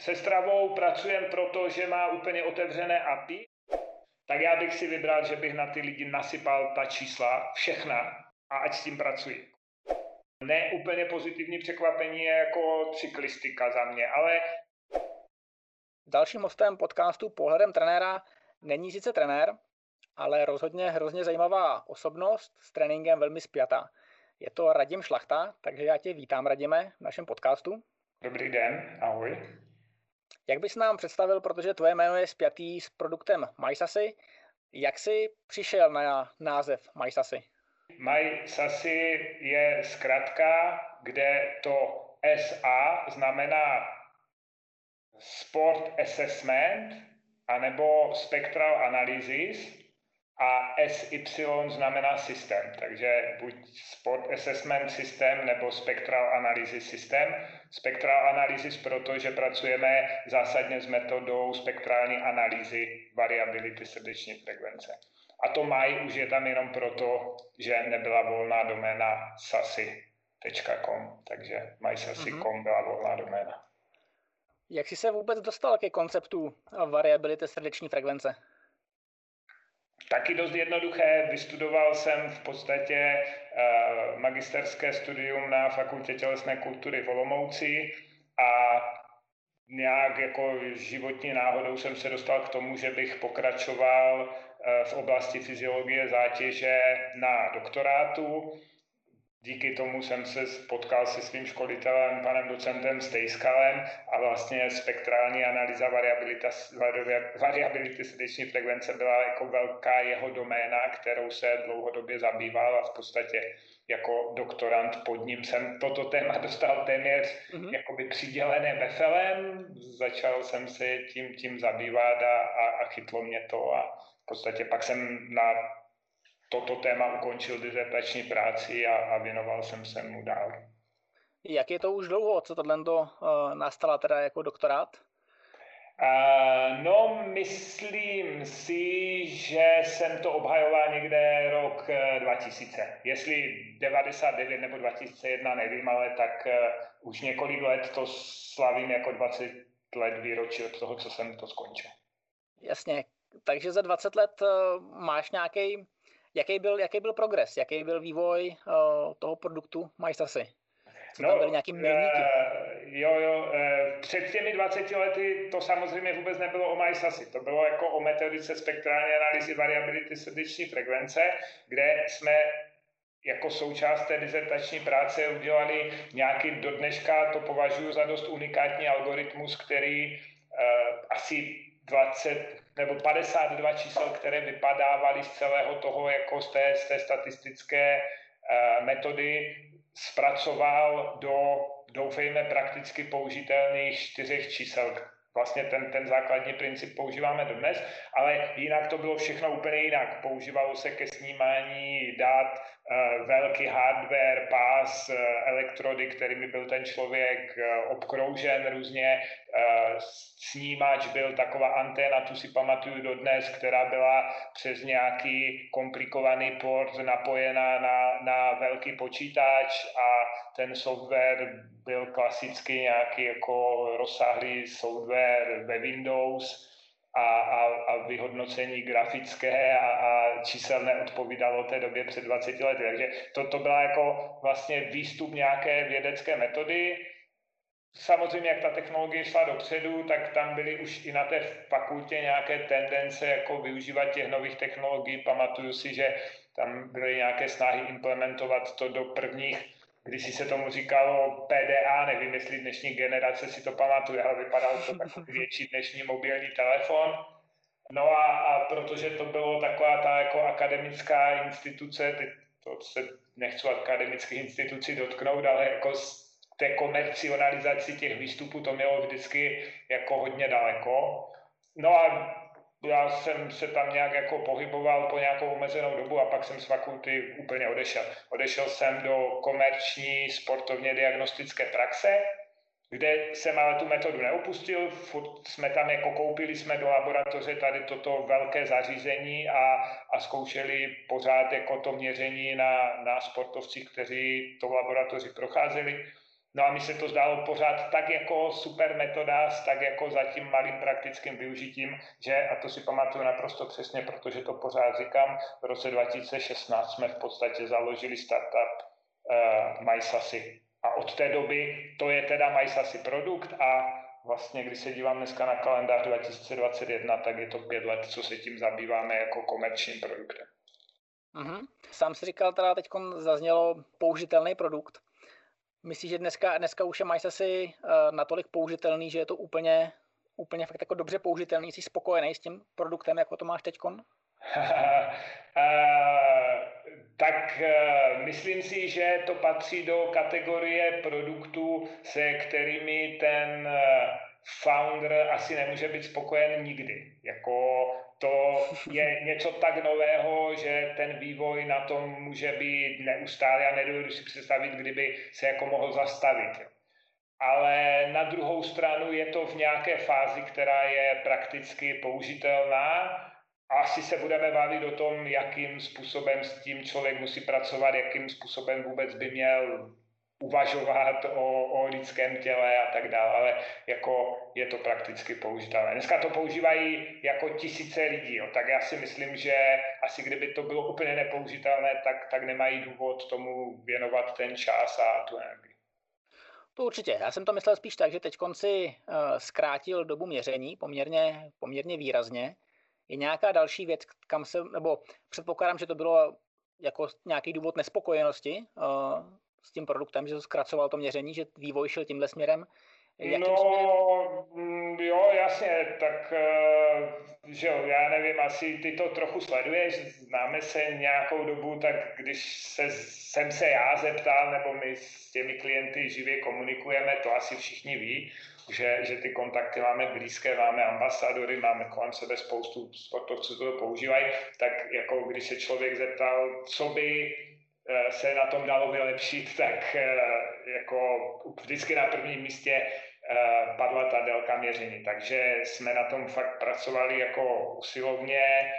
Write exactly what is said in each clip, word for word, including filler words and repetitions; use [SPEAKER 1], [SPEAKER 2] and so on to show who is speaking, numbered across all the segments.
[SPEAKER 1] se stravou pracujeme proto, že má úplně otevřené A P I, tak já bych si vybral, že bych na ty lidi nasypal ta čísla, všechna, a ať s tím pracují. Ne úplně pozitivní překvapení je jako cyklistika za mě, ale...
[SPEAKER 2] Dalším hostem podcastu Pohledem trenéra není sice trenér, ale rozhodně hrozně zajímavá osobnost s tréninkem velmi spjatá. Je to Radim Šlachta, takže já tě vítám, Radime, v našem podcastu.
[SPEAKER 1] Dobrý den, ahoj.
[SPEAKER 2] Jak bys nám představil, protože tvoje jméno je spjatý s produktem MySassy, jak jsi přišel na název MySassy?
[SPEAKER 1] MySassy je zkratka, kde to S A znamená Sport Assessment anebo Spectral Analysis a S Y znamená systém, takže buď Sport Assessment System nebo Spectral Analysis System. Spectral Analysis, protože pracujeme zásadně s metodou spektrální analýzy variability srdeční frekvence. A to mají už je tam jenom proto, že nebyla volná doména sassy tečka com, takže mysassy tečka com byla volná doména.
[SPEAKER 2] Jak jsi se vůbec dostal ke konceptu variability srdeční frekvence?
[SPEAKER 1] Taky dost jednoduché. Vystudoval jsem v podstatě uh, magisterské studium na Fakultě tělesné kultury v Olomouci a nějak jako životní náhodou jsem se dostal k tomu, že bych pokračoval uh, v oblasti fyziologie zátěže na doktorátu. Díky tomu jsem se potkal se svým školitelem, panem docentem Stejskalem, a vlastně spektrální analýza variability srdeční frekvence byla jako velká jeho doména, kterou se dlouhodobě zabýval, a v podstatě jako doktorant pod ním jsem toto téma dostal téměř mm-hmm. jakoby přidělené vefelem. Začal jsem se tím, tím zabývat a, a, a chytlo mě to, a v podstatě pak jsem na toto téma ukončil dizertační práci a, a věnoval jsem se mu dál.
[SPEAKER 2] Jak je to už dlouho, co tohle uh, nastala teda jako doktorát?
[SPEAKER 1] Uh, no, myslím si, že jsem to obhajoval někde rok dva tisíce. Jestli devadesát devět nebo dva tisíce jedna, nevím, ale tak uh, už několik let to slavím jako dvacet let výročí od toho, co jsem to skončil.
[SPEAKER 2] Jasně, takže za dvacet let uh, máš nějaký... Jaký byl, jaký byl progres, jaký byl vývoj uh, toho produktu MySassy? Co tam
[SPEAKER 1] no,
[SPEAKER 2] byly nějaký milníky?
[SPEAKER 1] Uh, jo, jo, uh, před těmi dvaceti lety to samozřejmě vůbec nebylo o MySassy. To bylo jako o metodice spektrální analýzy variability srdeční frekvence, kde jsme jako součást té dizertační práce udělali nějaký, do dneška to považuji za dost unikátní algoritmus, který uh, asi dvacet nebo padesát dva čísel, které vypadávaly z celého toho, jako z té, z té statistické uh, metody, zpracoval do, doufejme, prakticky použitelných čtyřech čísel. Vlastně ten, ten základní princip používáme dodnes, ale jinak to bylo všechno úplně jinak. Používalo se ke snímání dat uh, velký hardware, pás, uh, elektrody, kterými byl ten člověk uh, obkroužen různě. Uh, snímač byl taková anténa, tu si pamatuju dodnes, která byla přes nějaký komplikovaný port napojena na, na velký počítač, a ten software byl klasicky nějaký jako rozsáhlý software ve Windows, a, a, a vyhodnocení grafické a, a číselné odpovídalo té době před dvaceti lety. Takže to, to byla jako vlastně výstup nějaké vědecké metody. Samozřejmě, jak ta technologie šla dopředu, tak tam byly už i na té fakultě nějaké tendence jako využívat těch nových technologií. Pamatuju si, že tam byly nějaké snahy implementovat to do prvních, když se tomu říkalo P D A, nevím, jestli dnešní generace si to pamatuje, ale vypadalo to takový větší dnešní mobilní telefon. No a, a protože to bylo taková ta jako akademická instituce, teď to se nechci akademických institucí dotknout, ale jako té komercionalizaci těch výstupů to mělo vždycky jako hodně daleko. No a já jsem se tam nějak jako pohyboval po nějakou omezenou dobu a pak jsem z fakulty úplně odešel. Odešel jsem do komerční sportovně diagnostické praxe, kde jsem ale tu metodu neopustil, furt jsme tam jako koupili jsme do laboratoře tady toto velké zařízení a, a zkoušeli pořád jako to měření na, na sportovcích, kteří to v laboratoři procházeli. No a mi se to zdálo pořád tak jako super metoda s tak jako zatím malým praktickým využitím, že, a to si pamatuju naprosto přesně, protože to pořád říkám, v roce dva tisíce šestnáct jsme v podstatě založili startup uh, MySassy. A od té doby to je teda MySassy produkt a vlastně, když se dívám dneska na kalendář dva tisíce dvacet jedna, tak je to pět let, co se tím zabýváme jako komerčním produktem.
[SPEAKER 2] Mm-hmm. Sám si říkal, teda teď zaznělo použitelný produkt. Myslíš, že dneska, dneska už je MySassy uh, natolik použitelný, že je to úplně, úplně fakt jako dobře použitelný? Jsi spokojený s tím produktem, jako to máš teďkon?
[SPEAKER 1] uh, tak uh, myslím si, že to patří do kategorie produktů, se kterými ten uh, founder asi nemůže být spokojen nikdy. Jako to je něco tak nového, že ten vývoj na tom může být neustálý a nedovedu si představit, kdyby se jako mohl zastavit. Ale na druhou stranu je to v nějaké fázi, která je prakticky použitelná. Asi se budeme bavit o tom, jakým způsobem s tím člověk musí pracovat, jakým způsobem vůbec by měl uvažovat o, o lidském těle a tak dále, ale jako je to prakticky použitelné. Dneska to používají jako tisíce lidí, jo. Tak já si myslím, že asi kdyby to bylo úplně nepoužitelné, tak, tak nemají důvod tomu věnovat ten čas a tu energii.
[SPEAKER 2] To určitě. Já jsem to myslel spíš tak, že teď si uh, zkrátil dobu měření poměrně, poměrně výrazně. Je nějaká další věc, kam se, nebo předpokládám, že to bylo jako nějaký důvod nespokojenosti uh, s tím produktem, že to zkracoval to měření, že vývoj šel tímhle směrem?
[SPEAKER 1] Jakým no, směrem? Jo, jasně, tak že jo, já nevím, asi ty to trochu sleduješ, známe se nějakou dobu, tak když se, jsem se já zeptal, nebo my s těmi klienty živě komunikujeme, to asi všichni ví, že, že ty kontakty máme blízké, máme ambasadory, máme kolem sebe spoustu sportovců, co to používají, tak jako když se člověk zeptal, co by se na tom dalo vylepšit, tak jako vždycky na prvním místě padla ta délka měření. Takže jsme na tom fakt pracovali jako usilovně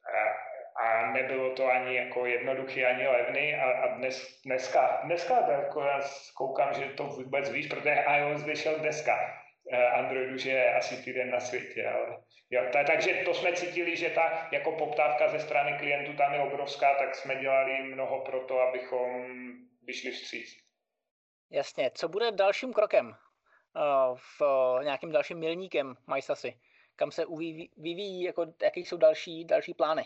[SPEAKER 1] a nebylo to ani jako jednoduchý, ani levný a, a dnes, dneska, dneska jako já koukám, že to vůbec víš, protože iOS vyšel dneska. Android už je asi týden na světě, ale jo, t- takže to jsme cítili, že ta jako poptávka ze strany klientů tam je obrovská, tak jsme dělali mnoho pro to, abychom vyšli vstříc.
[SPEAKER 2] Jasně, co bude dalším krokem v nějakým dalším milníkem MySassy? Kam se vyvíjí, jako, jaké jsou další, další plány?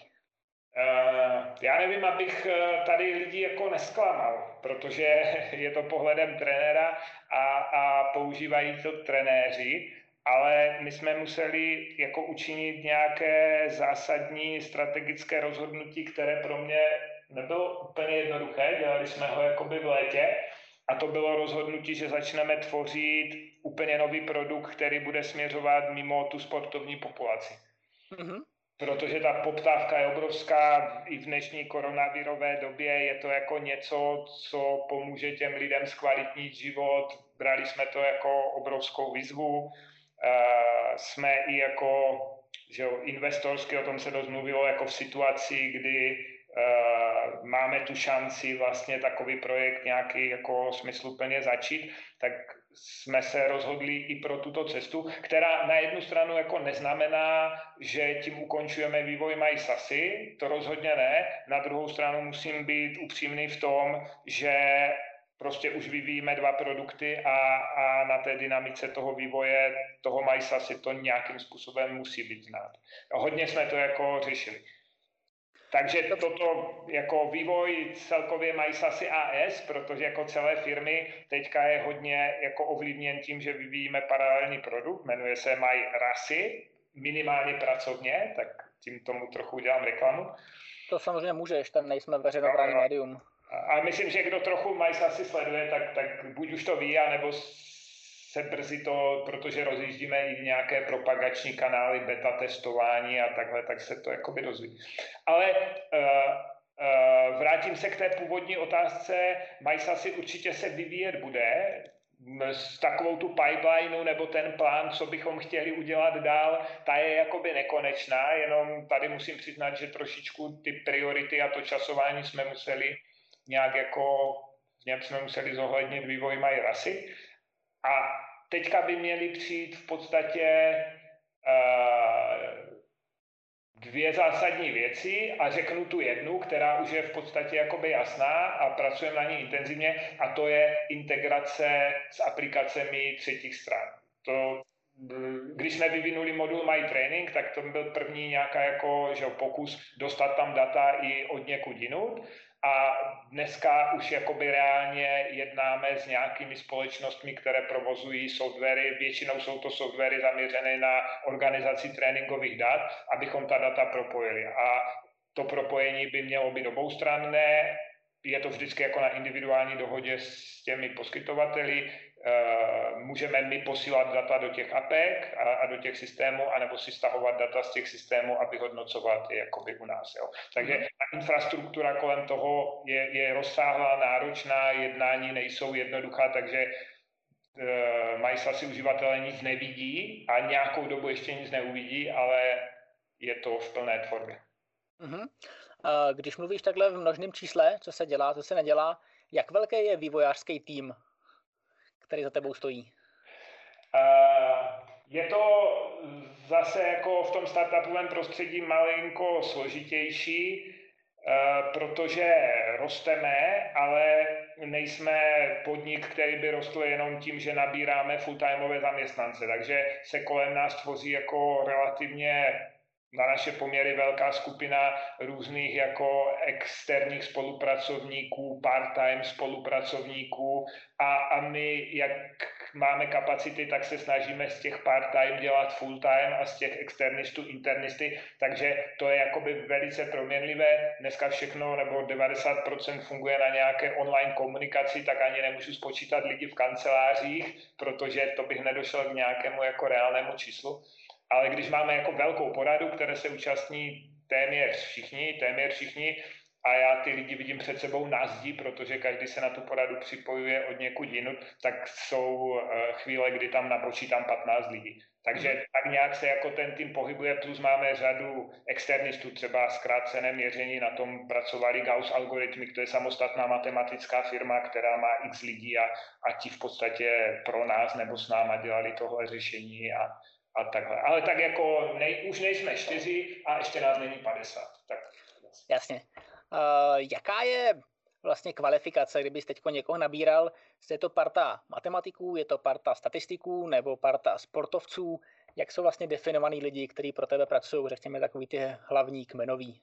[SPEAKER 1] Uh, já nevím, abych tady lidi jako nesklamal, protože je to pohledem trenéra a, a používají to trenéři, ale my jsme museli jako učinit nějaké zásadní strategické rozhodnutí, které pro mě nebylo úplně jednoduché, dělali jsme ho jakoby v létě a to bylo rozhodnutí, že začneme tvořit úplně nový produkt, který bude směřovat mimo tu sportovní populaci. Mm-hmm. Protože ta poptávka je obrovská, i v dnešní koronavirové době je to jako něco, co pomůže těm lidem zkvalitnit život. Brali jsme to jako obrovskou výzvu. Uh, jsme i jako že jo, investorsky, o tom se dost mluvilo, jako v situaci, kdy uh, máme tu šanci vlastně takový projekt nějaký jako smysluplně začít, tak jsme se rozhodli i pro tuto cestu, která na jednu stranu jako neznamená, že tím ukončujeme vývoj MySassy, to rozhodně ne. Na druhou stranu musím být upřímný v tom, že prostě už vyvíjíme dva produkty a, a na té dynamice toho vývoje toho MySassy to nějakým způsobem musí být znát. Hodně jsme to jako řešili. Takže toto jako vývoj celkově MySassy A S, protože jako celé firmy teďka je hodně jako ovlivněn tím, že vyvíjíme paralelní produkt, jmenuje se MyRassy, minimálně pracovně, tak tím tomu trochu udělám reklamu.
[SPEAKER 2] To samozřejmě můžeš, tam nejsme veřejnoprávní no, no. médium.
[SPEAKER 1] A myslím, že kdo trochu MySassy sleduje, tak, tak buď už to ví, anebo se brzy to, protože rozjíždíme i nějaké propagační kanály, beta testování a takhle, tak se to jakoby dozví. Ale uh, uh, vrátím se k té původní otázce. MySassy určitě se vyvíjet bude s takovou tu pipeline nebo ten plán, co bychom chtěli udělat dál, ta je jakoby nekonečná, jenom tady musím přiznat, že trošičku ty priority a to časování jsme museli nějak jako v něm jsme museli zohlednit vývoj mají rasy. A teďka by měly přijít v podstatě uh, dvě zásadní věci a řeknu tu jednu, která už je v podstatě jakoby jasná a pracujeme na ní intenzivně, a to je integrace s aplikacemi třetích stran. To, když jsme vyvinuli modul My Training, tak to byl první nějaká jako, že pokus dostat tam data i od někud jinut. A dneska už jakoby reálně jednáme s nějakými společnostmi, které provozují softwary. Většinou jsou to softwary zaměřené na organizaci tréninkových dat, abychom ta data propojili. A to propojení by mělo být oboustranné. Je to vždycky jako na individuální dohodě s těmi poskytovateli. Můžeme my posílat data do těch apek a, a do těch systémů, anebo si stahovat data z těch systémů a vyhodnocovat je jakoby u nás. Jo. Takže ta infrastruktura kolem toho je, je rozsáhlá, náročná, jednání nejsou jednoduchá, takže e, mají asi uživatelé nic nevidí a nějakou dobu ještě nic neuvidí, ale je to v plné tvorbě.
[SPEAKER 2] Mm-hmm. Když mluvíš takhle v množném čísle, co se dělá, co se nedělá, jak velký je vývojářský tým, který za tebou stojí?
[SPEAKER 1] Je to zase jako v tom startupovém prostředí malinko složitější, protože rosteme, ale nejsme podnik, který by rostl jenom tím, že nabíráme full-timeové zaměstnance. Takže se kolem nás tvoří jako relativně na naše poměry velká skupina různých jako externích spolupracovníků, part-time spolupracovníků a, a my, jak máme kapacity, tak se snažíme z těch part-time dělat full-time a z těch externistů internisty, takže to je jakoby velice proměnlivé. Dneska všechno nebo devadesát procent funguje na nějaké online komunikaci, tak ani nemůžu spočítat lidi v kancelářích, protože to bych nedošel k nějakému jako reálnému číslu. Ale když máme jako velkou poradu, které se účastní téměř všichni, téměř všichni, a já ty lidi vidím před sebou na zdi, protože každý se na tu poradu připojuje od někud jinut, tak jsou chvíle, kdy tam napočítám patnáct lidí. Takže mm. tak nějak se jako ten tým pohybuje, plus máme řadu externistů, třeba zkrácené měření, na tom pracovali Gauss Algoritmy, to je samostatná matematická firma, která má x lidí a, a ti v podstatě pro nás nebo s náma dělali tohle řešení a a takhle. Ale tak jako nej, už nejsme čtyři a ještě nás není padesát. Tak.
[SPEAKER 2] Jasně. Uh, jaká je vlastně kvalifikace, kdybys teď někoho nabíral? Je to parta matematiků, je to parta statistiků nebo parta sportovců? Jak jsou vlastně definovaní lidi, kteří pro tebe pracují, řekněme takový ty hlavní kmenoví?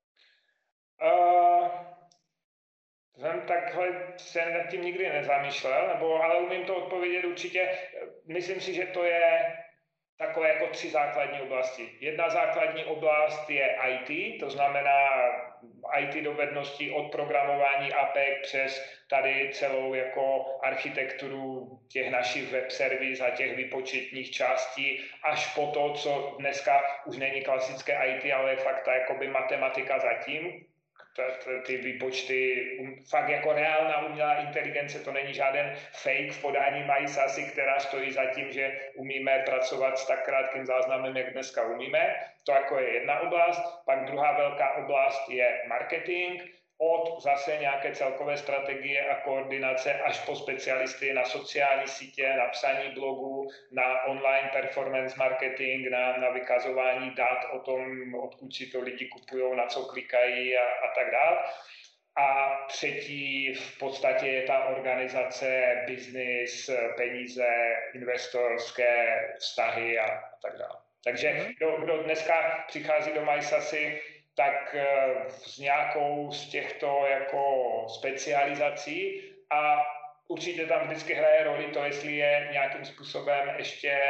[SPEAKER 1] Uh, jsem takhle se nad tím nikdy nezamýšlel, nebo, ale umím to odpovědět určitě. Myslím si, že to je takové jako tři základní oblasti. Jedna základní oblast je í té, to znamená í té dovednosti od programování apek přes tady celou jako architekturu těch našich web servis a těch výpočetních částí až po to, co dneska už není klasické í té, ale je fakt ta jakoby matematika zatím. Ty výpočty, fakt jako reálná umělá inteligence, to není žádný fake v podání mají sasy, která stojí za tím, že umíme pracovat s tak krátkým záznamem, jak dneska umíme. To jako je jedna oblast. Pak druhá velká oblast je marketing, od zase nějaké celkové strategie a koordinace až po specialisty na sociální sítě, na psaní blogu, na online performance marketing, na, na vykazování dat o tom, odkud si to lidi kupují, na co klikají a, a tak dále. A třetí v podstatě je ta organizace, business, peníze, investorské vztahy a, a tak dále. Takže kdo, kdo dneska přichází do MySasy, tak s nějakou z těchto jako specializací a určitě tam vždycky hraje roli to, jestli je nějakým způsobem ještě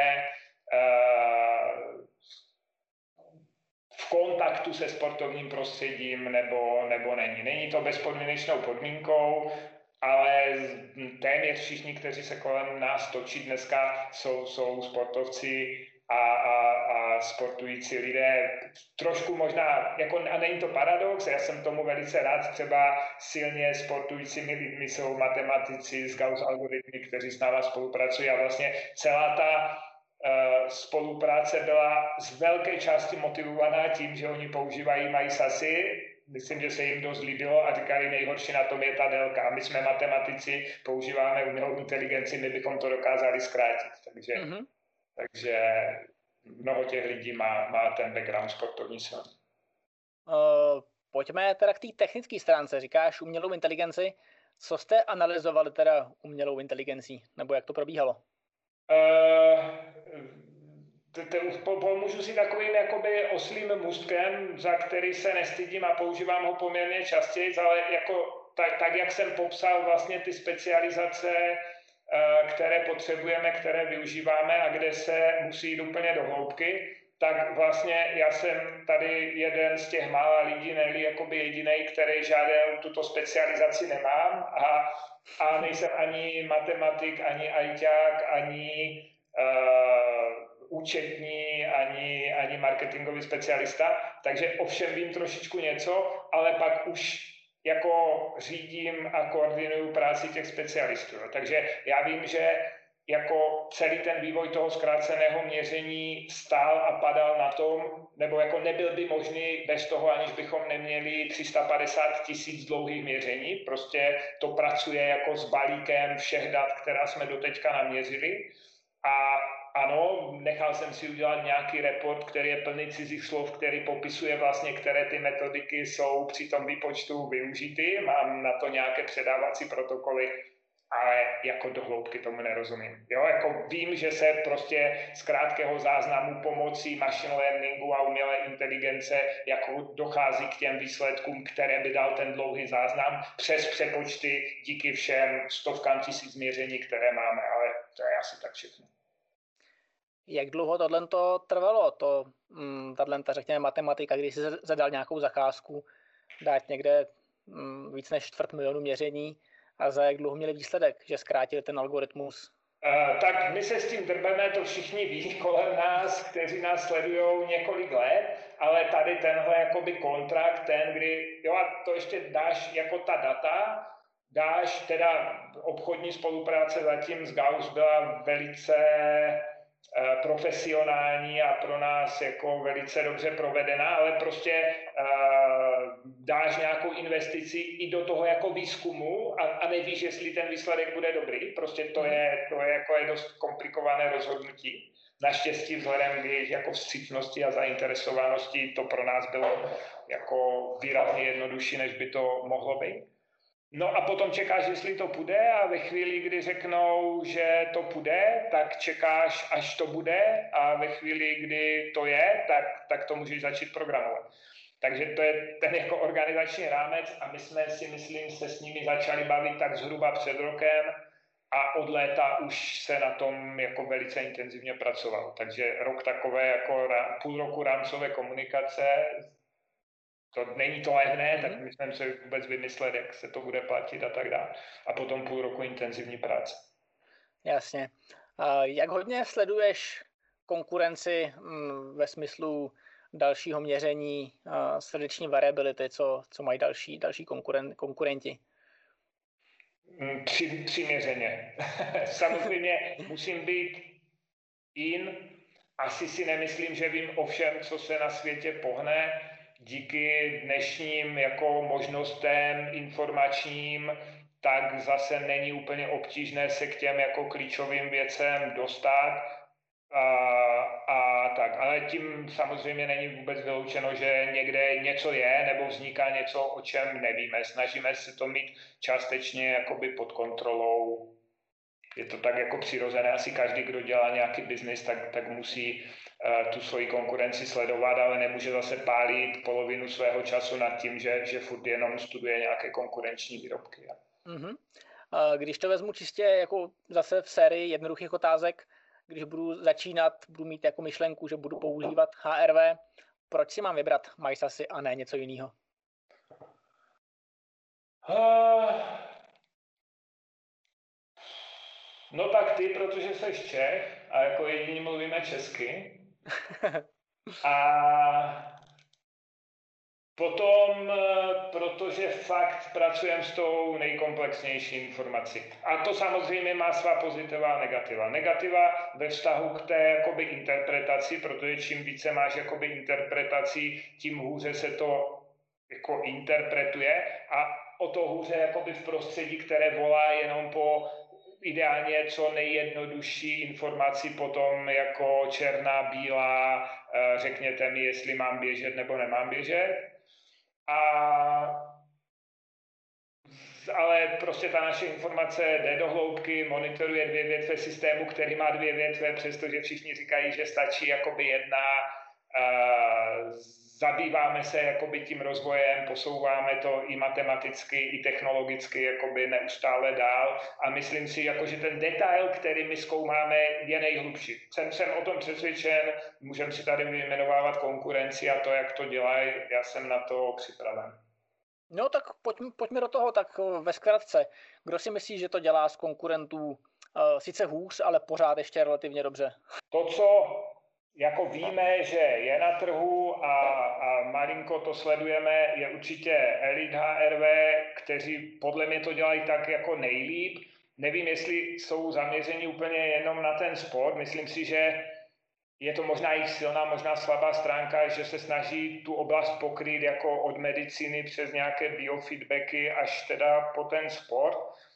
[SPEAKER 1] uh, v kontaktu se sportovním prostředím nebo, nebo není. Není to bezpodmínečnou podmínkou, ale téměř všichni, kteří se kolem nás točí dneska, jsou, jsou sportovci a, a, a sportující lidé. Trošku možná, jako, a není to paradox, já jsem tomu velice rád, třeba silně sportujícími lidmi jsou matematici z Gauss Algoritmy, kteří s náma spolupracují a vlastně celá ta uh, spolupráce byla z velké části motivovaná tím, že oni používají MySasy, myslím, že se jim dost líbilo a říkali, nejhorší na tom je ta délka. A my jsme matematici, používáme umělou inteligenci, my bychom to dokázali zkrátit. Takže, mm-hmm. takže mnoho těch lidí má, má ten background sportovní silný.
[SPEAKER 2] Uh, pojďme teda k té technické stránce. Říkáš umělou inteligenci. Co jste analyzovali teda umělou inteligencí? Nebo jak to probíhalo?
[SPEAKER 1] Uh, Pomůžu si takovým jakoby oslým můstkem, za který se nestydím a používám ho poměrně častěji, ale jako tak, tak, jak jsem popsal vlastně ty specializace, které potřebujeme, které využíváme a kde se musí jít úplně do hloubky, tak vlastně já jsem tady jeden z těch mála lidí, ne-li jakoby jedinej, který žádnou tuto specializaci nemám a, a nejsem ani matematik, ani ajťák, ani uh, účetní, ani, ani marketingový specialista, takže ovšem vím trošičku něco, ale pak už jako řídím a koordinuju práci těch specialistů. Takže já vím, že jako celý ten vývoj toho zkráceného měření stál a padal na tom, nebo jako nebyl by možný bez toho, aniž bychom neměli tři sta padesát tisíc dlouhých měření. Prostě to pracuje jako s balíkem všech dat, která jsme doteďka naměřili. A ano, nechal jsem si udělat nějaký report, který je plný cizích slov, který popisuje vlastně, které ty metodiky jsou při tom výpočtu využity. Mám na to nějaké předávací protokoly, ale jako do hloubky tomu nerozumím. Jo, jako vím, že se prostě z krátkého záznamu pomocí machine learningu a umělé inteligence jako dochází k těm výsledkům, které by dal ten dlouhý záznam přes přepočty díky všem stovkám tisíc měření, které máme, ale to je asi tak všechno.
[SPEAKER 2] Jak dlouho tohle to trvalo, to, tato, řekněme, matematika, když jsi zadal nějakou zakázku, dát někde mm, víc než čtvrt milionu měření a za jak dlouho měli výsledek, že zkrátili ten algoritmus?
[SPEAKER 1] Uh, tak my se s tím drbeme, to všichni ví kolem nás, kteří nás sledují několik let, ale tady tenhle jakoby kontrakt, ten, kdy, jo a to ještě dáš jako ta data, dáš teda obchodní spolupráce zatím s Gauss byla velice profesionální a pro nás jako velice dobře provedená, ale prostě uh, dáš nějakou investici i do toho jako výzkumu a, a nevíš, jestli ten výsledek bude dobrý. Prostě to je, to je, jako je dost komplikované rozhodnutí. Naštěstí vzhledem k jejich jako vstřícnosti a zainteresovanosti to pro nás bylo jako výrazně jednodušší, než by to mohlo být. No a potom čekáš, jestli to půjde a ve chvíli, kdy řeknou, že to půjde, tak čekáš, až to bude a ve chvíli, kdy to je, tak, tak to můžeš začít programovat. Takže to je ten jako organizační rámec a my jsme si, myslím, se s nimi začali bavit tak zhruba před rokem a od léta už se na tom jako velice intenzivně pracovalo. Takže rok takové jako půl roku rámcové komunikace. To není to levné, mm-hmm. tak myslím se vůbec vymyslet, jak se to bude platit a tak dále. A potom půl roku intenzivní práce.
[SPEAKER 2] Jasně. A jak hodně sleduješ konkurenci ve smyslu dalšího měření srdeční variability, co, co mají další, další konkuren, konkurenti?
[SPEAKER 1] Tři, tři měřeně. Samozřejmě musím být in. Asi si nemyslím, že vím o všem, co se na světě pohne. Díky dnešním jako možnostem informačním, tak zase není úplně obtížné se k těm jako klíčovým věcem dostat a, a tak. Ale tím samozřejmě není vůbec vyloučeno, že někde něco je nebo vzniká něco, o čem nevíme. Snažíme se to mít částečně jakoby pod kontrolou. Je to tak jako přirozené. Asi každý, kdo dělá nějaký biznis, tak, tak musí tu svoji konkurenci sledovat, ale nemůže zase pálit polovinu svého času nad tím, že, že furt jenom studuje nějaké konkurenční výrobky.
[SPEAKER 2] Mm-hmm. Když to vezmu čistě jako zase v sérii jednoduchých otázek, když budu začínat, budu mít jako myšlenku, že budu používat H R V, proč si mám vybrat MySassy a ne něco jiného?
[SPEAKER 1] Uh, no tak ty, protože jsi Čech a jako jediní mluvíme česky. A potom, protože fakt pracujeme s tou nejkomplexnější informací. A to samozřejmě má svá pozitiva a negativa. Negativa ve vztahu k té jakoby interpretaci, protože čím více máš jakoby interpretací, tím hůře se to jako interpretuje a o to hůře jakoby v prostředí, které volá jenom po ideálně co nejjednodušší informaci potom jako černá, bílá, řekněte mi, jestli mám běžet nebo nemám běžet. A ale prostě ta naše informace jde do hloubky, monitoruje dvě větve systému, který má dvě větve, přestože všichni říkají, že stačí jakoby jedna. Uh, zabýváme se jakoby tím rozvojem, posouváme to i matematicky, i technologicky jakoby neustále dál a myslím si, jako, že ten detail, který my zkoumáme, je nejhlubší. Jsem, jsem o tom přesvědčen, můžeme si tady vyjmenovávat konkurenci a to, jak to dělají, já jsem na to připraven.
[SPEAKER 2] No tak pojďme, pojďme do toho tak ve zkratce. Kdo si myslí, že to dělá z konkurentů uh, sice hůř, ale pořád ještě relativně dobře?
[SPEAKER 1] To, co jako víme, že je na trhu a, a malinko to sledujeme, je určitě Elite H R V, kteří podle mě to dělají tak jako nejlíp. Nevím, jestli jsou zaměření úplně jenom na ten sport. Myslím si, že je to možná jejich silná, možná slabá stránka, že se snaží tu oblast pokrýt jako od medicíny přes nějaké biofeedbacky až teda po ten sport.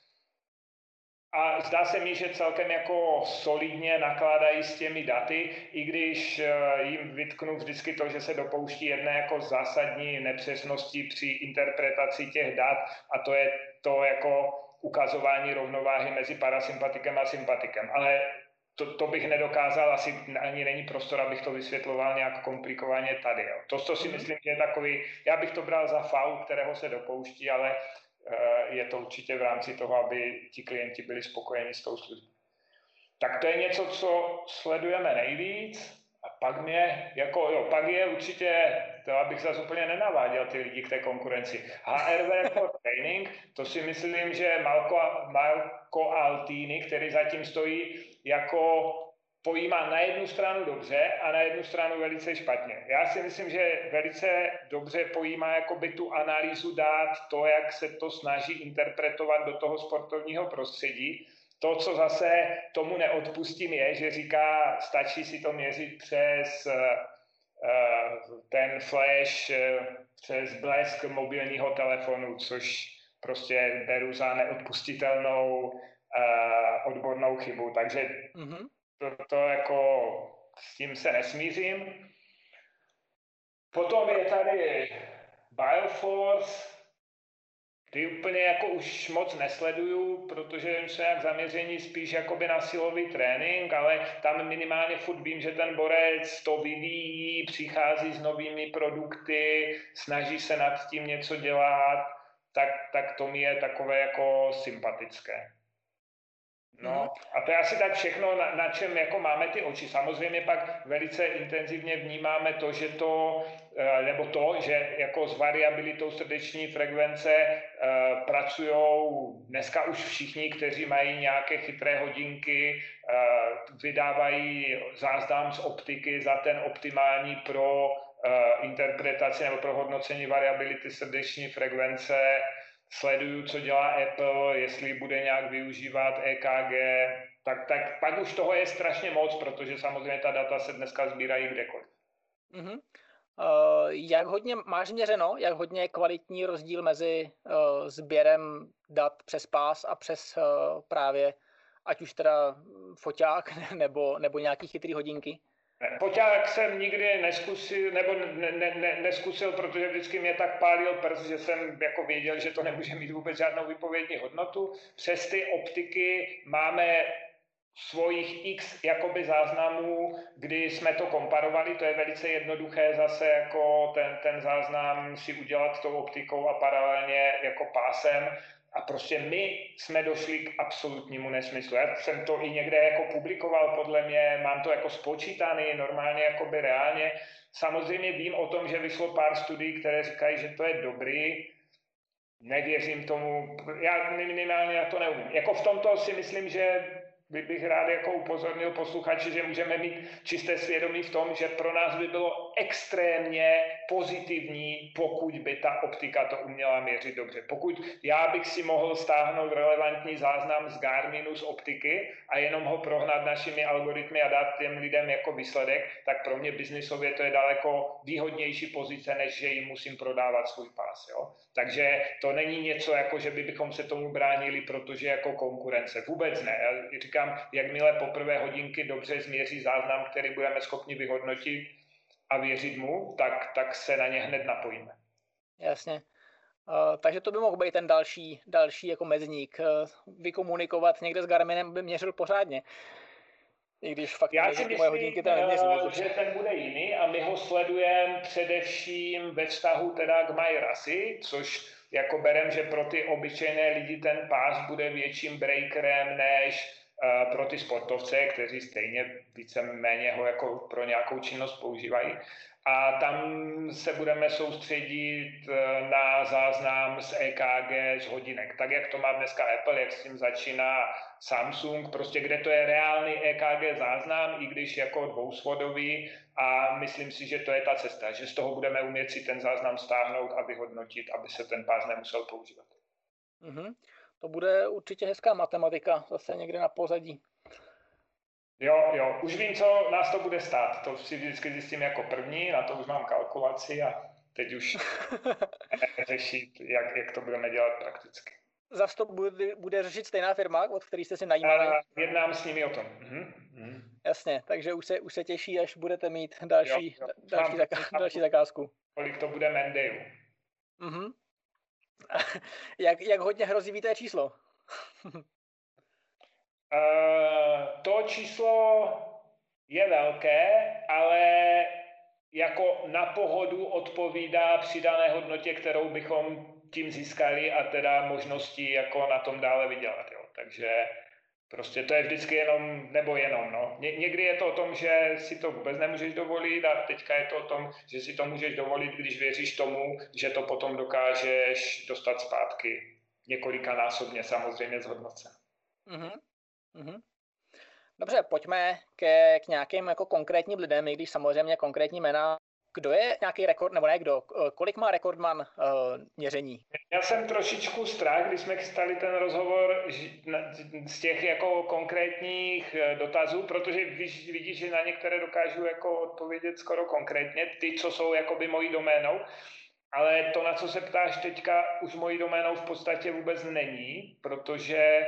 [SPEAKER 1] A zdá se mi, že celkem jako solidně nakládají s těmi daty, i když jim vytknu vždycky to, že se dopouští jedné jako zásadní nepřesnosti při interpretaci těch dat a to je to jako ukazování rovnováhy mezi parasympatikem a sympatikem. Ale to, to bych nedokázal, asi ani není prostor, abych to vysvětloval nějak komplikovaně tady. Jo. To, co si myslím, že je takový, já bych to bral za faul, kterého se dopouští, ale je to určitě v rámci toho, aby ti klienti byli spokojeni s tou službou. Tak to je něco, co sledujeme nejvíc a pak mě, jako jo, pak je určitě, to abych zase úplně nenaváděl ty lidi k té konkurenci. H R V for Training, to si myslím, že Marco, Marco Altini, který zatím stojí, jako pojímá na jednu stranu dobře a na jednu stranu velice špatně. Já si myslím, že velice dobře pojímá jakoby tu analýzu dát, to, jak se to snaží interpretovat do toho sportovního prostředí. To, co zase tomu neodpustím, je, že říká, stačí si to měřit přes uh, ten flash, uh, přes blesk mobilního telefonu, což prostě beru za neodpustitelnou uh, odbornou chybu. Takže mm-hmm. To, to jako s tím se nesmířím. Potom je tady Bioforce, ty úplně jako už moc nesleduju, protože jsou nějak zaměření spíš jakoby na silový trénink, ale tam minimálně furt vím, že ten borec to vyvíjí, přichází s novými produkty, snaží se nad tím něco dělat, tak, tak to mi je takové jako sympatické. No a to je asi tak všechno, na, na čem jako máme ty oči. Samozřejmě pak velice intenzivně vnímáme to, že to, nebo to, že jako s variabilitou srdeční frekvence uh, pracujou dneska už všichni, kteří mají nějaké chytré hodinky, uh, vydávají záznam z optiky za ten optimální pro uh, interpretaci nebo pro hodnocení variability srdeční frekvence. Sleduju, co dělá Apple, jestli bude nějak využívat E K G, tak, tak pak už toho je strašně moc, protože samozřejmě ta data se dneska sbírají kdekoliv.
[SPEAKER 2] Uh-huh. Uh, jak hodně máš měřeno, jak hodně je kvalitní rozdíl mezi uh, sběrem dat přes pás a přes uh, právě, ať už teda foťák nebo, nebo nějaký chytrý hodinky?
[SPEAKER 1] Foťák jsem nikdy neskusil, nebo ne, ne, ne, neskusil, protože vždycky mě tak pálil prst, že jsem jako věděl, že to nemůže mít vůbec žádnou výpovědní hodnotu. Přes ty optiky máme svojich x jakoby záznamů, kdy jsme to komparovali, to je velice jednoduché zase jako ten, ten záznam si udělat tou optikou a paralelně jako pásem. A prostě my jsme došli k absolutnímu nesmyslu. Já jsem to i někde jako publikoval, podle mě, mám to jako spočítaný, normálně jakoby reálně. Samozřejmě vím o tom, že vyšlo pár studií, které říkají, že to je dobrý. Nevěřím tomu, já minimálně na to neumím. Jako v tomto si myslím, že bych rád jako upozornil posluchače, že můžeme mít čisté svědomí v tom, že pro nás by bylo extrémně pozitivní, pokud by ta optika to uměla měřit dobře. Pokud já bych si mohl stáhnout relevantní záznam z Garminu z optiky a jenom ho prohnat našimi algoritmy a dát těm lidem jako výsledek, tak pro mě biznisově to je daleko výhodnější pozice, než že jim musím prodávat svůj pás. Jo? Takže to není něco, jako že by bychom se tomu bránili, protože jako konkurence. Vůbec ne. Já říkám, jakmile poprvé hodinky dobře změří záznam, který budeme schopni vyhodnotit a věřit mu, tak, tak se na ně hned napojíme.
[SPEAKER 2] Jasně. Uh, takže to by mohl být ten další, další jako mezník. Uh, vykomunikovat někde s Garminem by měřil pořádně. I když fakt
[SPEAKER 1] Já si myslím,
[SPEAKER 2] hodinky tam neměří,
[SPEAKER 1] že ten bude jiný a my ho sledujeme především ve vztahu teda k MyRasi, což jako berem, že pro ty obyčejné lidi ten pás bude větším breakerem než uh, pro ty sportovce, kteří stejně víceméně ho jako pro nějakou činnost používají. A tam se budeme soustředit na záznam z E K G z hodinek. Tak, jak to má dneska Apple, jak s tím začíná Samsung, prostě kde to je reálný E K G záznam, i když jako dvousvodový. A myslím si, že to je ta cesta, že z toho budeme umět si ten záznam stáhnout a vyhodnotit, aby se ten pás nemusel používat.
[SPEAKER 2] Mm-hmm. To bude určitě hezká matematika, zase někde na pozadí.
[SPEAKER 1] Jo, jo, už vím, co nás to bude stát. To si vždycky zjistím jako první, na to už mám kalkulaci a teď už řešit, jak, jak to budeme dělat prakticky.
[SPEAKER 2] Zas to bude, bude řešit stejná firma, od který jste si najímali?
[SPEAKER 1] A jednám s nimi o tom. Mhm. Mhm.
[SPEAKER 2] Jasně, takže už se, už se těší, až budete mít další, jo, jo. další, zaká- další zakázku.
[SPEAKER 1] Kolik to bude Mendejů.
[SPEAKER 2] Mhm. jak, jak hodně hrozivý to je číslo?
[SPEAKER 1] Uh, to číslo je velké, ale jako na pohodu odpovídá přidané hodnotě, kterou bychom tím získali a teda možnosti jako na tom dále vydělat. Jo. Takže prostě to je vždycky jenom, nebo jenom. No. Ně, někdy je to o tom, že si to vůbec nemůžeš dovolit a teďka je to o tom, že si to můžeš dovolit, když věříš tomu, že to potom dokážeš dostat zpátky několikanásobně samozřejmě zhodnocen.
[SPEAKER 2] Mhm. Mhm. Dobře, pojďme ke, k nějakým jako konkrétním lidem, i když samozřejmě konkrétní jména. Kdo je nějaký rekord, nebo ne kdo, kolik má rekordman uh, měření?
[SPEAKER 1] Já jsem trošičku strach, když jsme chystali ten rozhovor z těch jako konkrétních dotazů, protože víš, vidíš, že na některé dokážu jako odpovědět skoro konkrétně, ty, co jsou jakoby mojí doménou, ale to, na co se ptáš teďka, už mojí doménou v podstatě vůbec není, protože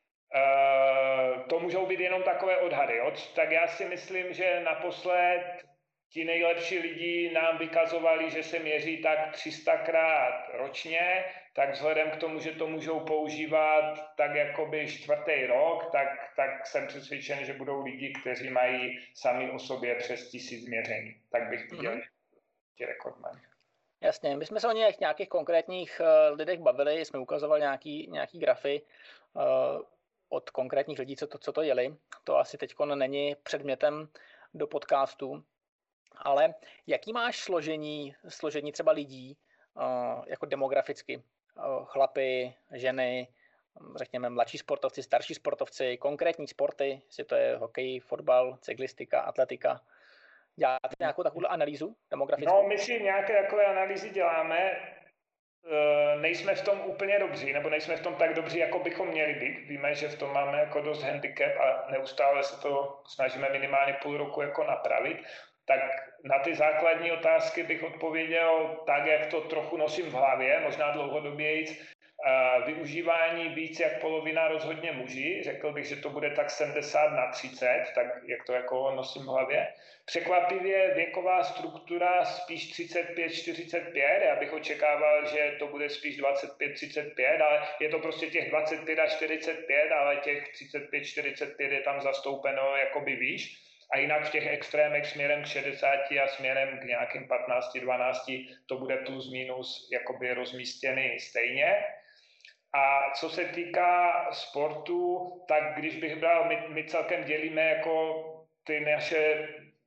[SPEAKER 1] Uh, to můžou být jenom takové odhady. Jo? Tak já si myslím, že naposled ti nejlepší lidi nám vykazovali, že se měří tak tři sta krát ročně, tak vzhledem k tomu, že to můžou používat tak jakoby čtvrtý rok, tak, tak jsem přesvědčen, že budou lidi, kteří mají sami o sobě přes tisíc měření. Tak bych viděl mm-hmm. ti rekordmani.
[SPEAKER 2] Jasně, my jsme se o nějakých, nějakých konkrétních uh, lidech bavili, jsme ukazovali nějaký, nějaký grafy uh, od konkrétních lidí, co to, co to jeli. To asi teď není předmětem do podcastu. Ale jaký máš složení, složení třeba lidí, uh, jako demograficky? Uh, chlapy, ženy, řekněme mladší sportovci, starší sportovci, konkrétní sporty, jestli to je hokej, fotbal, cyklistika, atletika. Děláte nějakou takovou analýzu demografickou?
[SPEAKER 1] No, my si nějaké takové analýzy děláme. Nejsme v tom úplně dobří, nebo nejsme v tom tak dobří, jako bychom měli být. Víme, že v tom máme jako dost handicap a neustále se to snažíme minimálně půl roku jako napravit. Tak na ty základní otázky bych odpověděl tak, jak to trochu nosím v hlavě, možná dlouhodobějíc. Využívání víc jak polovina rozhodně muži, řekl bych, že to bude tak sedmdesát na třicet, tak jak to jako nosím v hlavě. Překvapivě věková struktura spíš třicet pět čtyřicet pět, já bych očekával, že to bude spíš dvacet pět třicet pět, ale je to prostě těch dvacet pět a čtyřicet pět, ale těch třicet pět čtyřicet pět je tam zastoupeno jakoby výš. A jinak v těch extrémech směrem k šedesáti a směrem k nějakým patnácti dvanácti to bude plus minus jakoby rozmístěný stejně. A co se týká sportu, tak když bych bral, my, my celkem dělíme jako ty naše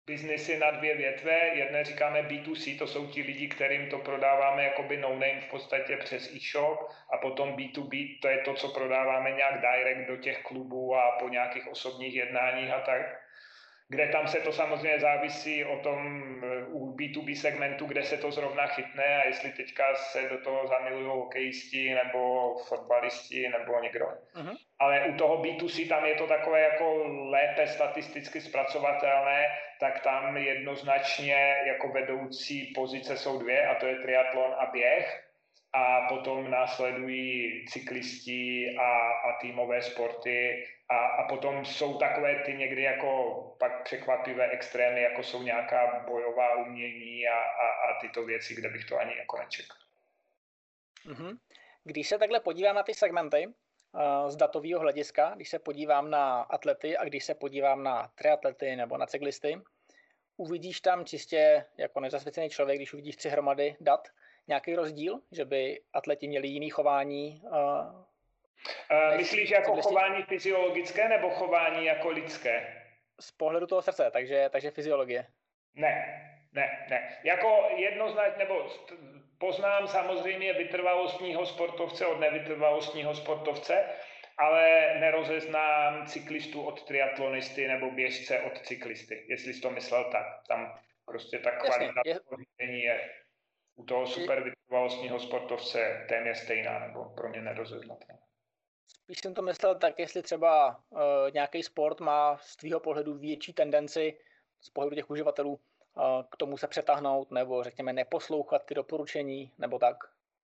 [SPEAKER 1] biznesy na dvě větve. Jedné říkáme bé dvě cé, to jsou ti lidi, kterým to prodáváme jakoby no-name v podstatě přes e-shop, a potom bé dvě bé, to je to, co prodáváme nějak direct do těch klubů a po nějakých osobních jednáních a tak. Kde tam se to samozřejmě závisí o tom u bé dvě bé segmentu, kde se to zrovna chytne a jestli teďka se do toho zamilují hokejisti nebo fotbalisti nebo někdo. Uh-huh. Ale u toho bé dvě cé tam je to takové jako lépe statisticky zpracovatelné, tak tam jednoznačně jako vedoucí pozice jsou dvě, a to je triatlon a běh. A potom následují cyklisti a, a týmové sporty a, a potom jsou takové ty někdy jako pak překvapivé extrémy, jako jsou nějaká bojová umění a, a, a tyto věci, kde bych to ani jako nečekal.
[SPEAKER 2] Mm-hmm. Když se takhle podívám na ty segmenty uh, z datového hlediska, když se podívám na atlety a když se podívám na triatlety nebo na cyklisty, uvidíš tam čistě jako nezasvěcený člověk, když uvidíš tři hromady dat, nějaký rozdíl, že by atleti měli jiný chování? Uh,
[SPEAKER 1] uh, myslíš jako cyklisti? Chování fyziologické nebo chování jako lidské?
[SPEAKER 2] Z pohledu toho srdce, takže, takže fyziologie.
[SPEAKER 1] Ne, ne, ne. Jako jednoznačně, nebo poznám samozřejmě vytrvalostního sportovce od nevytrvalostního sportovce, ale nerozeznám cyklistu od triatlonisty nebo běžce od cyklisty, jestli jsi to myslel tak. Tam prostě ta kvalita pořízení je u toho super vytrvalostního sportovce téměř stejná, nebo pro mě nerozeznatelná.
[SPEAKER 2] Spíš jsem to myslel tak, jestli třeba uh, nějaký sport má z tvýho pohledu větší tendenci z pohledu těch uživatelů uh, k tomu se přetáhnout, nebo řekněme neposlouchat ty doporučení, nebo tak.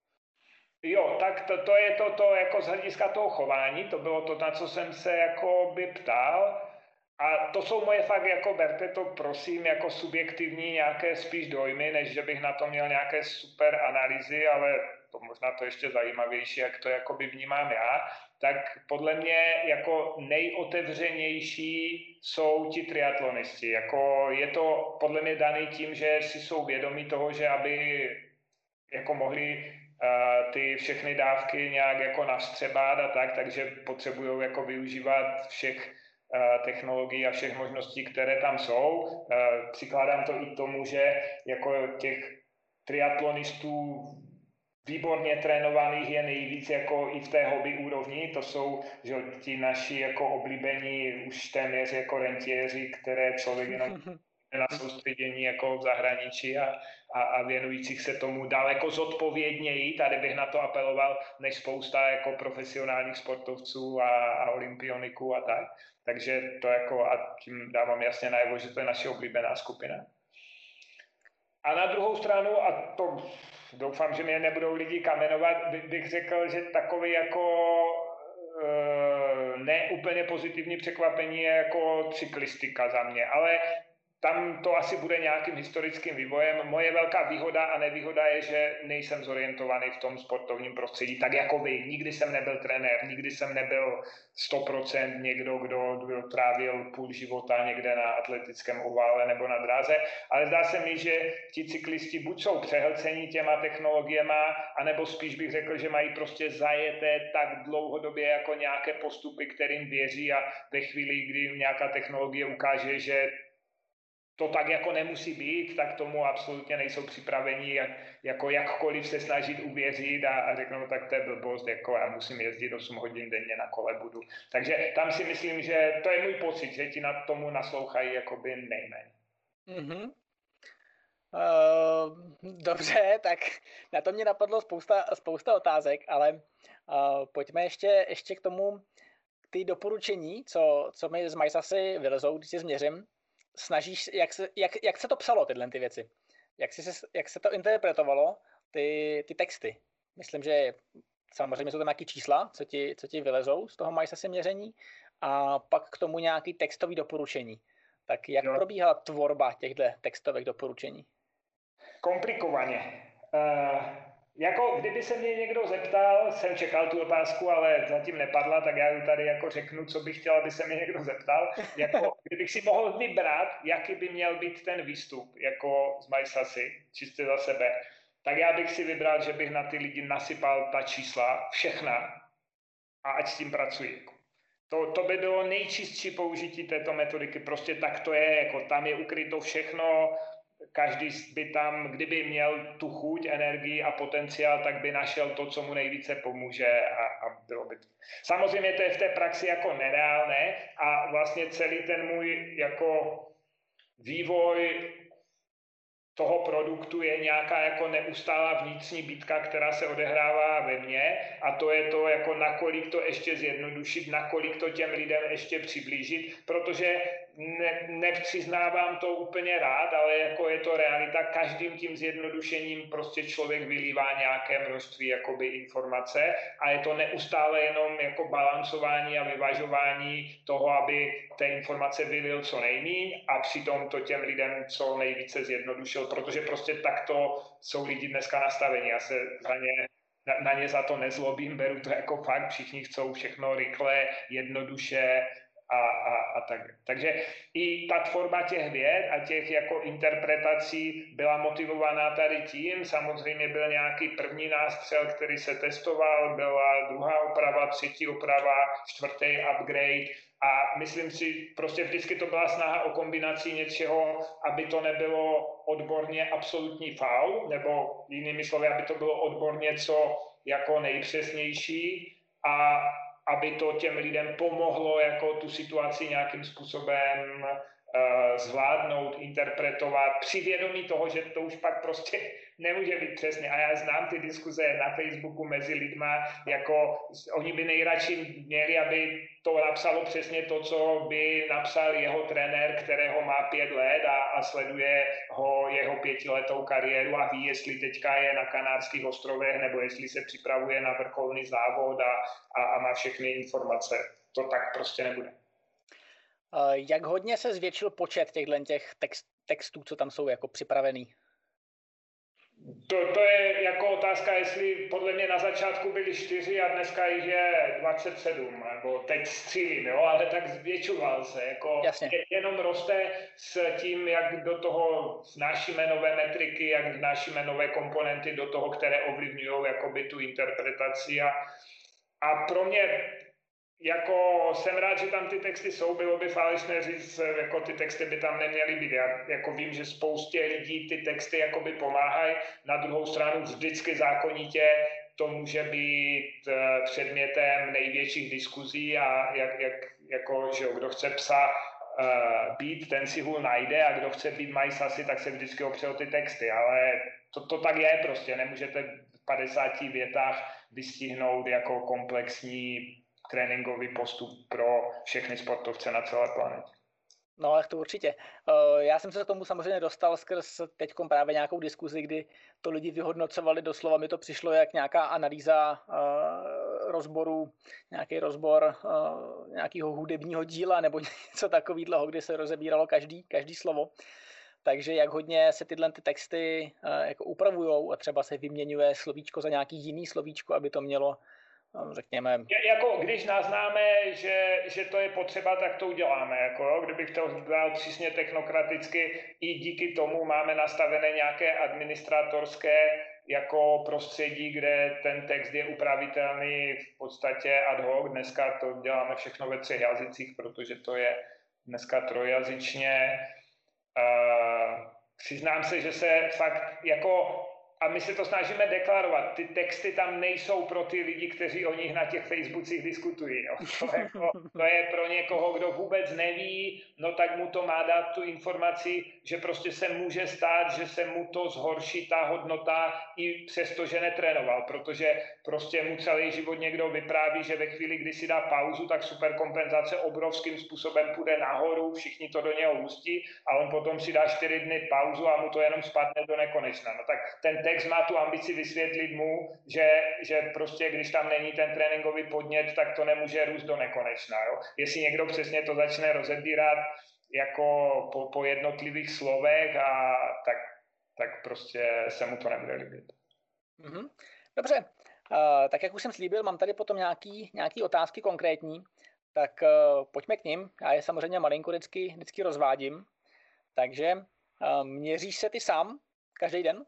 [SPEAKER 1] Jo, tak to, to je to, to jako z hlediska toho chování, to bylo to, na co jsem se jako by ptal. A to jsou moje fakt, jako berte to prosím jako subjektivní nějaké spíš dojmy, než že bych na to měl nějaké super analýzy, ale to možná to ještě zajímavější, jak to jakoby vnímám já, tak podle mě jako nejotevřenější jsou ti triatlonisti. Jako je to podle mě daný tím, že si jsou vědomí toho, že aby jako mohli uh, ty všechny dávky nějak jako navstřebát a tak, takže potřebují jako využívat všech technologií a všech možností, které tam jsou. Přikládám to i k tomu, že jako těch triatlonistů výborně trénovaných je nejvíc jako i v té hobby úrovni. To jsou že, ti naši jako oblíbení už téměř jako rentiéři, které člověk jenom na soustředění jako v zahraničí a, a, a věnujících se tomu daleko zodpovědněji, tady bych na to apeloval, než spousta jako profesionálních sportovců a, a olympioniků a tak. Takže to jako, a tím dávám jasně najevo, že to je naše oblíbená skupina. A na druhou stranu, a to doufám, že mě nebudou lidi kamenovat, by, bych řekl, že takový jako e, ne úplně pozitivní překvapení je jako cyklistika za mě, ale tam to asi bude nějakým historickým vývojem. Moje velká výhoda a nevýhoda je, že nejsem zorientovaný v tom sportovním prostředí, tak jako vy. Nikdy jsem nebyl trenér, nikdy jsem nebyl sto procent někdo, kdo, kdo trávil půl života někde na atletickém ovále nebo na dráze, ale zdá se mi, že ti cyklisti buď jsou přehlcení těma technologiema, anebo spíš bych řekl, že mají prostě zajeté tak dlouhodobě jako nějaké postupy, kterým věří, a ve chvíli, kdy nějaká technologie ukáže, že to tak jako nemusí být, tak tomu absolutně nejsou připraveni jak, jako jakkoliv se snažit uvěřit a, a řeknou, tak to je blbost, jako já musím jezdit osm hodin denně na kole budu. Takže tam si myslím, že to je můj pocit, že ti na tomu naslouchají jakoby nejméně.
[SPEAKER 2] Mm-hmm. Uh, dobře, tak na to mě napadlo spousta, spousta otázek, ale uh, pojďme ještě, ještě k tomu, ty doporučení, co, co mi z MySasy vylezou, když si změřím. Snažíš, jak se, jak, jak se to psalo, tyhle ty věci? Jak, si, jak se to interpretovalo, ty, ty texty? Myslím, že samozřejmě jsou tam nějaké čísla, co ti, co ti vylezou z toho MySasy měření, a pak k tomu nějaké textové doporučení. Tak jak no. probíhala tvorba těchto textových doporučení?
[SPEAKER 1] Komplikovaně. Uh... Jako kdyby se mě někdo zeptal, jsem čekal tu otázku, ale zatím nepadla, tak já ji tady jako řeknu, co bych chtěl, aby se mě někdo zeptal. Jako, kdybych si mohl vybrat, jaký by měl být ten výstup jako z MySasy, čistě za sebe, tak já bych si vybral, že bych na ty lidi nasypal ta čísla, všechna, a ať s tím pracuji. To, to by bylo nejčistší použití této metodiky, prostě tak to je, jako tam je ukryto všechno, každý by tam, kdyby měl tu chuť, energii a potenciál, tak by našel to, co mu nejvíce pomůže a, a bylo by to. Samozřejmě to je v té praxi jako nereálné a vlastně celý ten můj jako vývoj toho produktu je nějaká jako neustálá vnitřní bitka, která se odehrává ve mně a to je to, jako nakolik to ještě zjednodušit, nakolik to těm lidem ještě přiblížit, protože ne, nepřiznávám to úplně rád, ale jako je to realita, každým tím zjednodušením prostě člověk vylívá nějaké množství jakoby informace a je to neustále jenom jako balancování a vyvažování toho, aby té informace vylil co nejméně a přitom to těm lidem co nejvíce zjednodušil, protože prostě takto jsou lidi dneska nastavení. Já se za ně, na, na ně za to nezlobím, beru to jako fakt, všichni chcou všechno rychle, jednoduše a, a, a tak. Takže i ta tvorba těch věd a těch jako interpretací byla motivovaná tady tím. Samozřejmě byl nějaký první nástřel, který se testoval, byla druhá oprava, třetí oprava, čtvrtý upgrade. A myslím si, prostě vždycky to byla snaha o kombinaci něčeho, aby to nebylo odborně absolutní faul, nebo jinými slovy, aby to bylo odborně co jako nejpřesnější a aby to těm lidem pomohlo jako tu situaci nějakým způsobem uh, zvládnout, interpretovat, při vědomí toho, že to už pak prostě nemůže být přesně. A já znám ty diskuze na Facebooku mezi lidma, jako oni by nejradši měli, aby to napsalo přesně to, co by napsal jeho trenér, kterého má pět let a, a sleduje ho jeho pětiletou kariéru a ví, jestli teďka je na Kanárských ostrovech nebo jestli se připravuje na vrcholný závod a, a, a má všechny informace. To tak prostě nebude.
[SPEAKER 2] Jak hodně se zvětšil počet těchto těch text, textů, co tam jsou jako připravený?
[SPEAKER 1] To, to je jako otázka, jestli podle mě na začátku byly čtyři a dneska jich je dvacet sedm, nebo teď střílím, jo, ale tak zvětšoval se, jako je, jenom roste s tím, jak do toho vnášíme nové metriky, jak vnášíme nové komponenty do toho, které ovlivňují jakoby tu interpretaci a, a pro mě jako jsem rád, že tam ty texty jsou, bylo by falešné říct, jako ty texty by tam neměly být. Já jako vím, že spoustě lidí ty texty jakoby pomáhají, na druhou stranu vždycky zákonitě to může být předmětem největších diskuzí a jak, jak, jako, že kdo chce psa uh, být, ten si hůl najde a kdo chce být Majsasi, tak se vždycky opře o ty texty, ale to, to tak je prostě, nemůžete v padesáti větách vystihnout jako komplexní tréninkový postup pro všechny sportovce na celé planetě.
[SPEAKER 2] No, to určitě. Já jsem se k tomu samozřejmě dostal skrz teďkom právě nějakou diskuzi, kdy to lidi vyhodnocovali doslova, mi to přišlo jak nějaká analýza rozboru, nějaký rozbor nějakého hudebního díla nebo něco takového, kdy se rozebíralo každý, každý slovo. Takže jak hodně se tyhle ty texty jako upravujou a třeba se vyměňuje slovíčko za nějaký jiný slovíčko, aby to mělo, řekněme...
[SPEAKER 1] Jako když naznáme, že, že to je potřeba, tak to uděláme. Jako, kdybych to dal přísně technokraticky, i díky tomu máme nastavené nějaké administratorské jako prostředí, kde ten text je upravitelný v podstatě ad hoc. Dneska to děláme všechno ve třech jazycích, protože to je dneska trojjazyčně. Uh, přiznám se, že se fakt jako... A my se to snažíme deklarovat. Ty texty tam nejsou pro ty lidi, kteří o nich na těch Facebookích diskutují. Jo. To, jako, to je pro někoho, kdo vůbec neví, no tak mu to má dát tu informaci, že prostě se může stát, že se mu to zhorší ta hodnota i přesto, že netrénoval, protože prostě mu celý život někdo vypráví, že ve chvíli, kdy si dá pauzu, tak superkompenzace obrovským způsobem půjde nahoru, všichni to do něho hustí a on potom si dá čtyři dny pauzu a mu to jenom spadne do nekonečna. No tak ten text má tu ambici vysvětlit mu, že, že prostě když tam není ten tréninkový podnět, tak to nemůže růst do nekonečna. Jo? Jestli někdo přesně to začne rozebírat jako po, po jednotlivých slovech, a tak, tak prostě se mu to nebude líbit.
[SPEAKER 2] Mm-hmm. Dobře, uh, tak jak už jsem slíbil, mám tady potom nějaký, nějaký otázky konkrétní, tak uh, pojďme k nim. Já je samozřejmě malinko vždycky, vždycky rozvádím. Takže uh, měříš se ty sám každý den?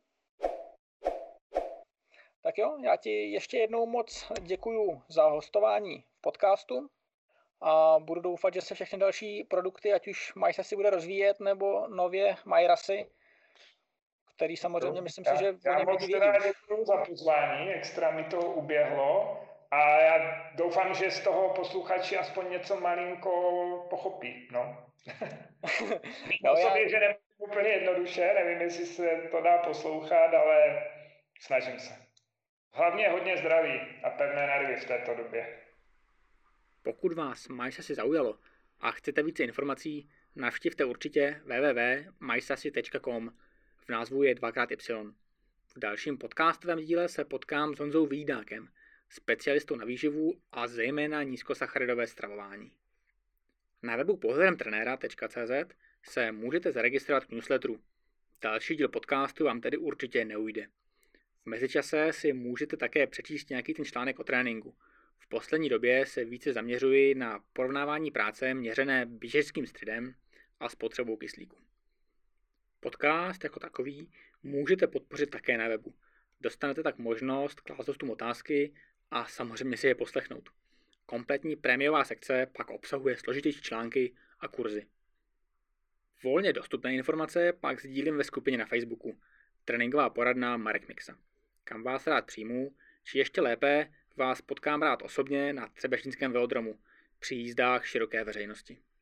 [SPEAKER 2] Tak jo, já ti ještě jednou moc děkuju za hostování v podcastu a budu doufat, že se všechny další produkty, ať už MySassy bude rozvíjet, nebo nově MyRasy, který samozřejmě myslím
[SPEAKER 1] já,
[SPEAKER 2] si, že
[SPEAKER 1] já
[SPEAKER 2] o něm
[SPEAKER 1] moc
[SPEAKER 2] lidi
[SPEAKER 1] teda
[SPEAKER 2] vědí.
[SPEAKER 1] děkuju za pozvání, extra mi to uběhlo a já doufám, že z toho posluchači aspoň něco malinko pochopí, no.
[SPEAKER 2] no,
[SPEAKER 1] o
[SPEAKER 2] já...
[SPEAKER 1] sobě, že nemůžu úplně jednoduše, nevím, jestli se to dá poslouchat, ale snažím se. Hlavně hodně zdraví a pevné nervy v této době.
[SPEAKER 2] Pokud vás MySassy zaujalo a chcete více informací, navštivte určitě w w w tečka mysassy tečka com. V názvu je dvakrát Y. V dalším podcastovém díle se potkám s Honzou Vídákem, specialistou na výživu a zejména nízkosacharidové stravování. Na webu pohledem trenéra tečka cé zet se můžete zaregistrovat k newsletteru. Další díl podcastu vám tedy určitě neujde. V mezičase si můžete také přečíst nějaký ten článek o tréninku. V poslední době se více zaměřuji na porovnávání práce měřené běžeckým středem a spotřebou kyslíku. Podcast jako takový můžete podpořit také na webu. Dostanete tak možnost klást dostupné otázky a samozřejmě si je poslechnout. Kompletní prémiová sekce pak obsahuje složitější články a kurzy. Volně dostupné informace pak sdílím ve skupině na Facebooku Tréninková poradna Marek Miksa, kam vás rád přijmu, či ještě lépe vás potkám rád osobně na Třebešínském velodromu při jízdách široké veřejnosti.